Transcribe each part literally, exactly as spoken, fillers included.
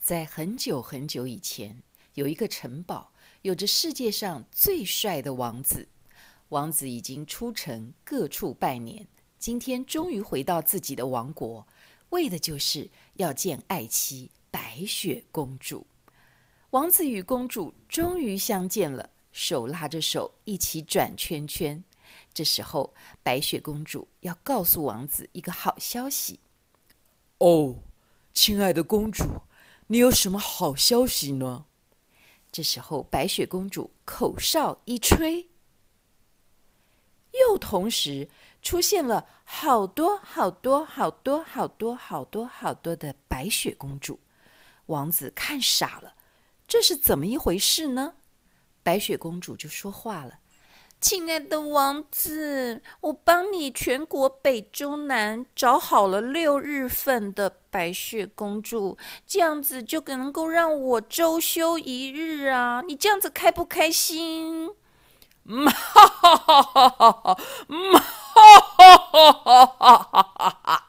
在很久很久以前，有一个城堡，有着世界上最帅的王子。王子已经出城各处拜年，今天终于回到自己的王国，为的就是要见爱妻白雪公主。王子与公主终于相见了，手拉着手一起转圈圈。这时候，白雪公主要告诉王子一个好消息。 哦，亲爱的公主，你有什么好消息呢？ 这时候，白雪公主口哨一吹，又同时出现了好多好多好多好多好多好多的白雪公主。王子看傻了，这是怎么一回事呢？白雪公主就说话了：亲爱的王子，我帮你全国北中南找好了六日份的白雪公主，这样子就能够让我周休一日啊！你这样子开不开心？ 嗯哈哈哈哈哈哈，嗯哈哈哈哈哈哈。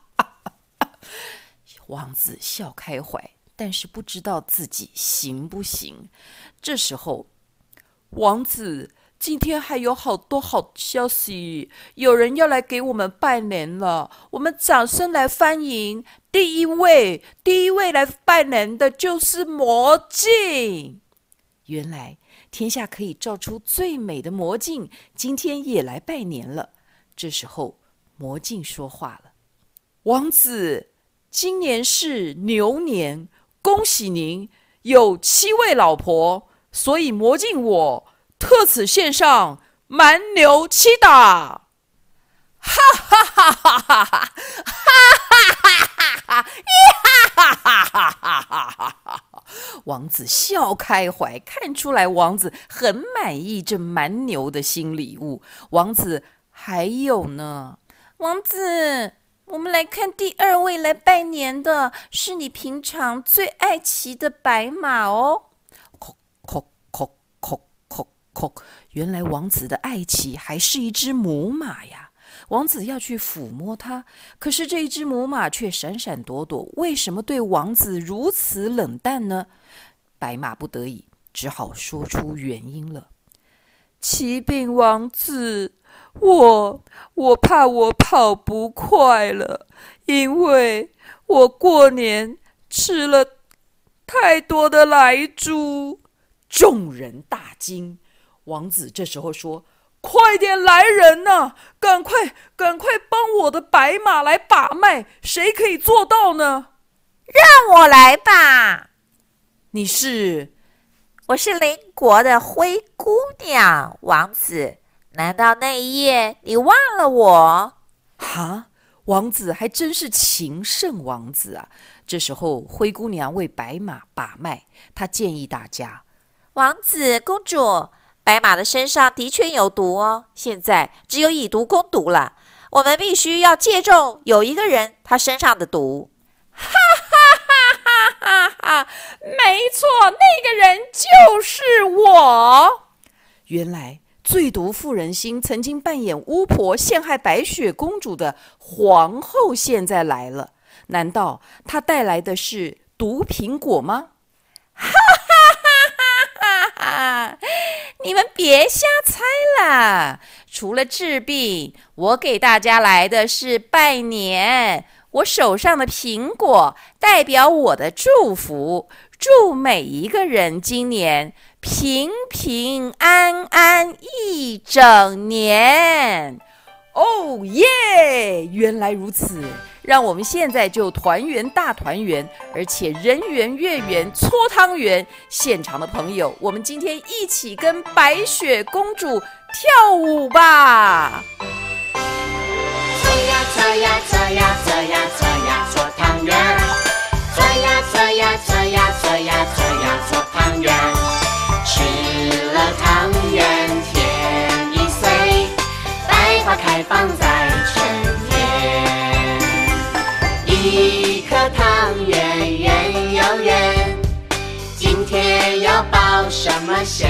王子笑开怀，但是不知道自己行不行。这时候， 王子，今天还有好多好消息，有人要来给我们拜年了，我们掌声来欢迎第一位，第一位来拜年的就是魔镜。 原来天下可以照出最美的魔镜，今天也来拜年了。这时候，魔镜说话了： 王子，今年是牛年，恭喜您有七位老婆，所以魔镜我特此献上蛮牛七打。 哈哈哈哈哈哈！哈哈哈哈哈！哈哈哈哈哈哈！王子笑开怀，看出来王子很满意这蛮牛的新礼物。王子还有呢，王子，我们来看第二位来拜年的，是你平常最爱骑的白马哦。叩叩叩叩叩叩！原来王子的爱骑还是一只母马呀。王子要去抚摸它，可是这一只母马却闪闪躲躲，为什么对王子如此冷淡呢？白马不得已，只好说出原因了。 启禀王子，我我怕我跑不快了，因为我过年吃了太多的来猪。 众人大惊。王子这时候说： 快点来人呐！赶快赶快帮我的白马来把脉，谁可以做到呢？ 让我来吧。 你是？ 我是邻国的灰姑娘，王子。难道那一夜你忘了我？ 哈，王子还真是情圣王子啊！这时候灰姑娘为白马把脉，她建议大家： 王子公主，白马的身上的确有毒哦，现在只有以毒攻毒了。我们必须要借重有一个人他身上的毒。 哈哈哈哈哈哈！没错，那个人就是我。 原来最毒妇人心，曾经扮演巫婆陷害白雪公主的皇后现在来了。难道她带来的是毒苹果吗？ 哈哈哈哈哈哈！你们别瞎猜啦！除了治病，我给大家来的是拜年。我手上的苹果代表我的祝福，祝每一个人今年平平安安一整年。 哦耶！原来如此，让我们现在就团圆大团圆，而且人圆月圆搓汤圆。现场的朋友，我们今天一起跟白雪公主跳舞吧！ 搓呀搓呀搓呀搓呀搓呀搓汤圆，搓呀搓呀搓呀搓呀搓呀搓汤圆，吃了汤圆甜一岁，百花开放在春天。一颗汤圆圆又圆，今天要包什么馅？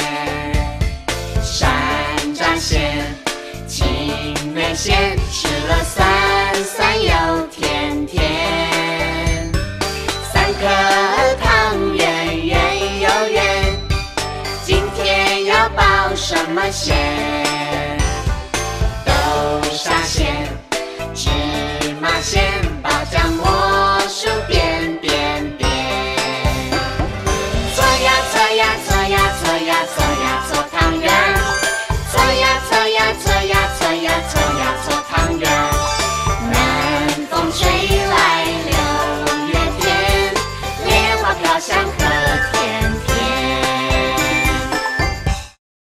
山楂馅、青梅馅，吃了酸酸又甜甜。三颗么咸。